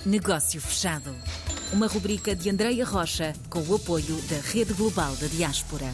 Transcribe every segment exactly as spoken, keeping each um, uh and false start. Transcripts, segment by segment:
Negócio Fechado. Uma rubrica de Andreia Rocha com o apoio da Rede Global da Diaspora.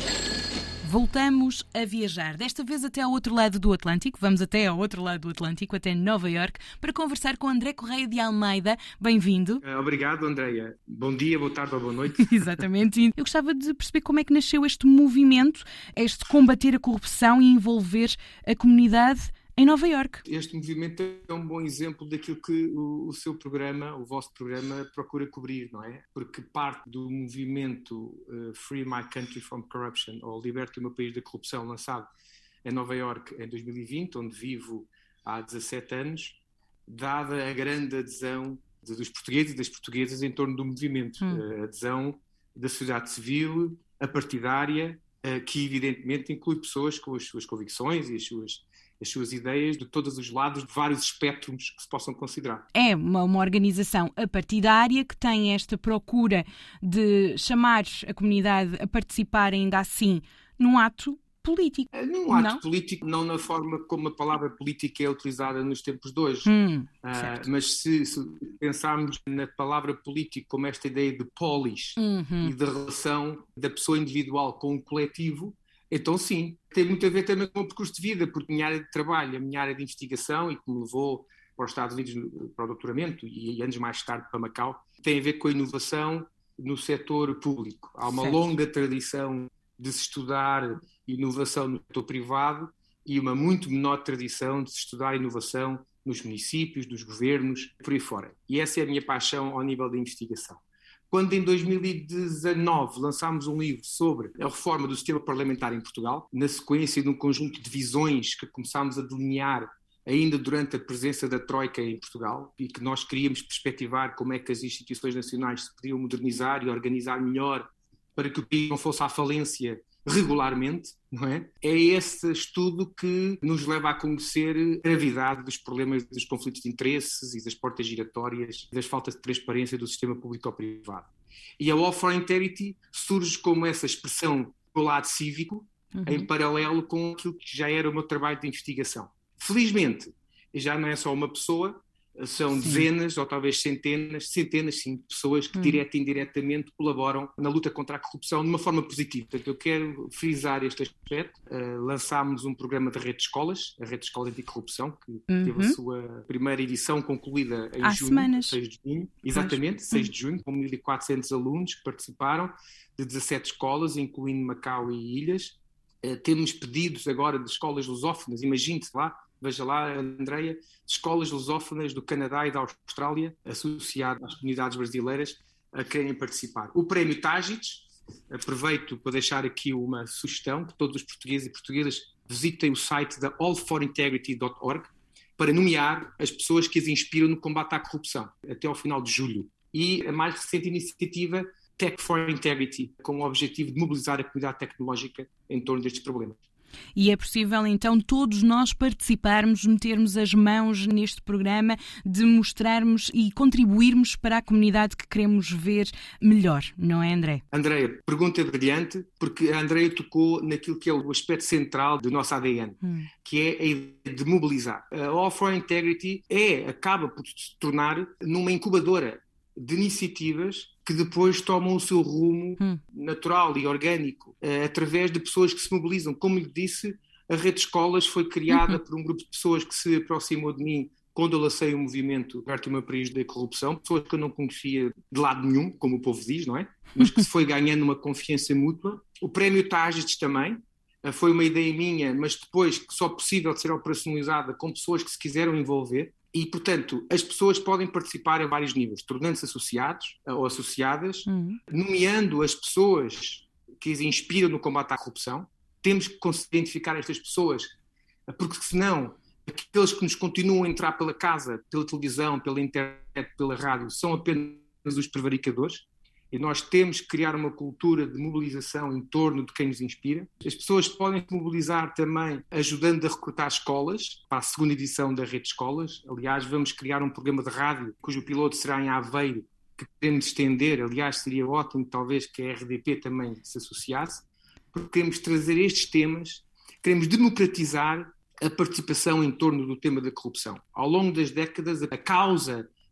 Voltamos a viajar, desta vez até ao outro lado do Atlântico. Vamos até ao outro lado do Atlântico, até Nova Iorque, para conversar com André Correia de Almeida. Bem-vindo. Obrigado, Andreia. Bom dia, boa tarde ou boa noite. Exatamente. Eu gostava de perceber como é que nasceu este movimento, este combater a corrupção e envolver a comunidade em Nova Iorque. Este movimento é um bom exemplo daquilo que o, o seu programa, o vosso programa, procura cobrir, não é? Porque parte do movimento uh, Free My Country from Corruption, ou Liberte o Meu País da Corrupção, lançado em Nova Iorque em dois mil e vinte, onde vivo há dezassete anos, dada a grande adesão de, dos portugueses e das portuguesas em torno do movimento. Hum. A adesão da sociedade civil, a partidária, uh, que evidentemente inclui pessoas com as suas convicções e as suas... as suas ideias de todos os lados, de vários espectros que se possam considerar. É uma, uma organização apartidária que tem esta procura de chamar a comunidade a participar ainda assim num ato político. Num ato não? político, não na forma como a palavra política é utilizada nos tempos de hoje. Hum, uh, mas se, se pensarmos na palavra político como esta ideia de polis uhum. e de relação da pessoa individual com o coletivo, então sim, tem muito a ver também com o percurso de vida, porque a minha área de trabalho, a minha área de investigação e que me levou para os Estados Unidos para o doutoramento e anos mais tarde para Macau, tem a ver com a inovação no setor público. Há uma certo. longa tradição de se estudar inovação no setor privado e uma muito menor tradição de se estudar inovação nos municípios, nos governos, por aí fora. E essa é a minha paixão ao nível da investigação. Quando em dois mil e dezanove lançámos um livro sobre a reforma do sistema parlamentar em Portugal, na sequência de um conjunto de visões que começámos a delinear ainda durante a presença da Troika em Portugal e que nós queríamos perspectivar como é que as instituições nacionais se podiam modernizar e organizar melhor para que o país não fosse à falência regularmente, não é? É esse estudo que nos leva a conhecer a gravidade dos problemas dos conflitos de interesses e das portas giratórias, das faltas de transparência do sistema público-privado. E a All for Integrity surge como essa expressão do lado cívico, uhum. em paralelo com aquilo que já era o meu trabalho de investigação. Felizmente, já não é só uma pessoa, são sim. dezenas ou talvez centenas, centenas sim, de pessoas que hum. direta e indiretamente colaboram na luta contra a corrupção de uma forma positiva. Portanto, eu quero frisar este aspecto. Uh, lançámos um programa de rede de escolas, a Rede de Escola Anticorrupção, que uhum. teve a sua primeira edição concluída em Há junho, semanas. seis de junho. Exatamente, pois. seis de junho, com mil e quatrocentos alunos que participaram de dezassete escolas, incluindo Macau e Ilhas. Uh, temos pedidos agora de escolas lusófonas, imagine-se lá, veja lá, Andreia, escolas lusófonas do Canadá e da Austrália, associadas às comunidades brasileiras, a querem participar. O prémio Tágites, aproveito para deixar aqui uma sugestão, que todos os portugueses e portuguesas visitem o site da all for integrity ponto org para nomear as pessoas que as inspiram no combate à corrupção, até ao final de julho. E a mais recente iniciativa, Tech for Integrity, com o objetivo de mobilizar a comunidade tecnológica em torno destes problemas. E é possível, então, todos nós participarmos, metermos as mãos neste programa, de mostrarmos e contribuirmos para a comunidade que queremos ver melhor, não é, André? Andréia, pergunta brilhante, porque a Andréia tocou naquilo que é o aspecto central do nosso A D N, hum. que é a ideia de mobilizar. A All for Integrity é, acaba por se tornar numa incubadora de iniciativas que depois tomam o seu rumo hum. natural e orgânico, uh, através de pessoas que se mobilizam. Como lhe disse, a Rede de Escolas foi criada uhum. por um grupo de pessoas que se aproximou de mim quando eu lancei o movimento Liberte o Meu País da Corrupção, pessoas que eu não conhecia de lado nenhum, como o povo diz, não é? Mas que se foi ganhando uma confiança mútua. O prémio Tágites também uh, foi uma ideia minha, mas depois que só possível de ser operacionalizada com pessoas que se quiseram envolver. E, portanto, as pessoas podem participar a vários níveis, tornando-se associados ou associadas, uhum. nomeando as pessoas que as inspiram no combate à corrupção. Temos que conseguir identificar estas pessoas, porque senão aqueles que nos continuam a entrar pela casa, pela televisão, pela internet, pela rádio, são apenas os prevaricadores. E nós temos que criar uma cultura de mobilização em torno de quem nos inspira. As pessoas podem se mobilizar também ajudando a recrutar escolas para a segunda edição da Rede de Escolas. Aliás, vamos criar um programa de rádio cujo piloto será em Aveiro, que queremos estender. Aliás, seria ótimo talvez que a R D P também se associasse, porque queremos trazer estes temas, queremos democratizar a participação em torno do tema da corrupção. Ao longo das décadas, a causa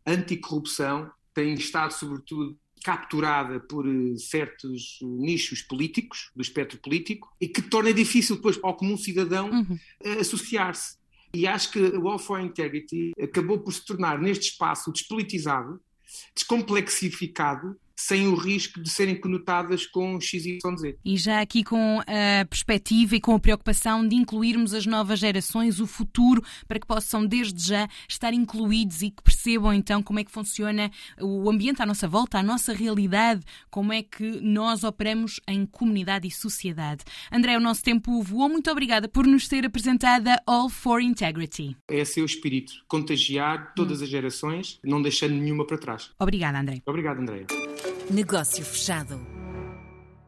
anticorrupção tem estado, sobretudo, capturada por certos nichos políticos, do espectro político, e que torna difícil depois ao comum cidadão uhum. associar-se. E acho que o All for Integrity acabou por se tornar, neste espaço, despolitizado, descomplexificado, sem o risco de serem conotadas com X Y Z. E já aqui com a perspectiva e com a preocupação de incluirmos as novas gerações, o futuro, para que possam desde já estar incluídos e que percebam então como é que funciona o ambiente à nossa volta, a nossa realidade, como é que nós operamos em comunidade e sociedade. André, o nosso tempo voou. Muito obrigada por nos ter apresentado a All for Integrity. É seu espírito, contagiar todas hum. as gerações, não deixando nenhuma para trás. Obrigada, André. Obrigado, Andréia. Negócio fechado.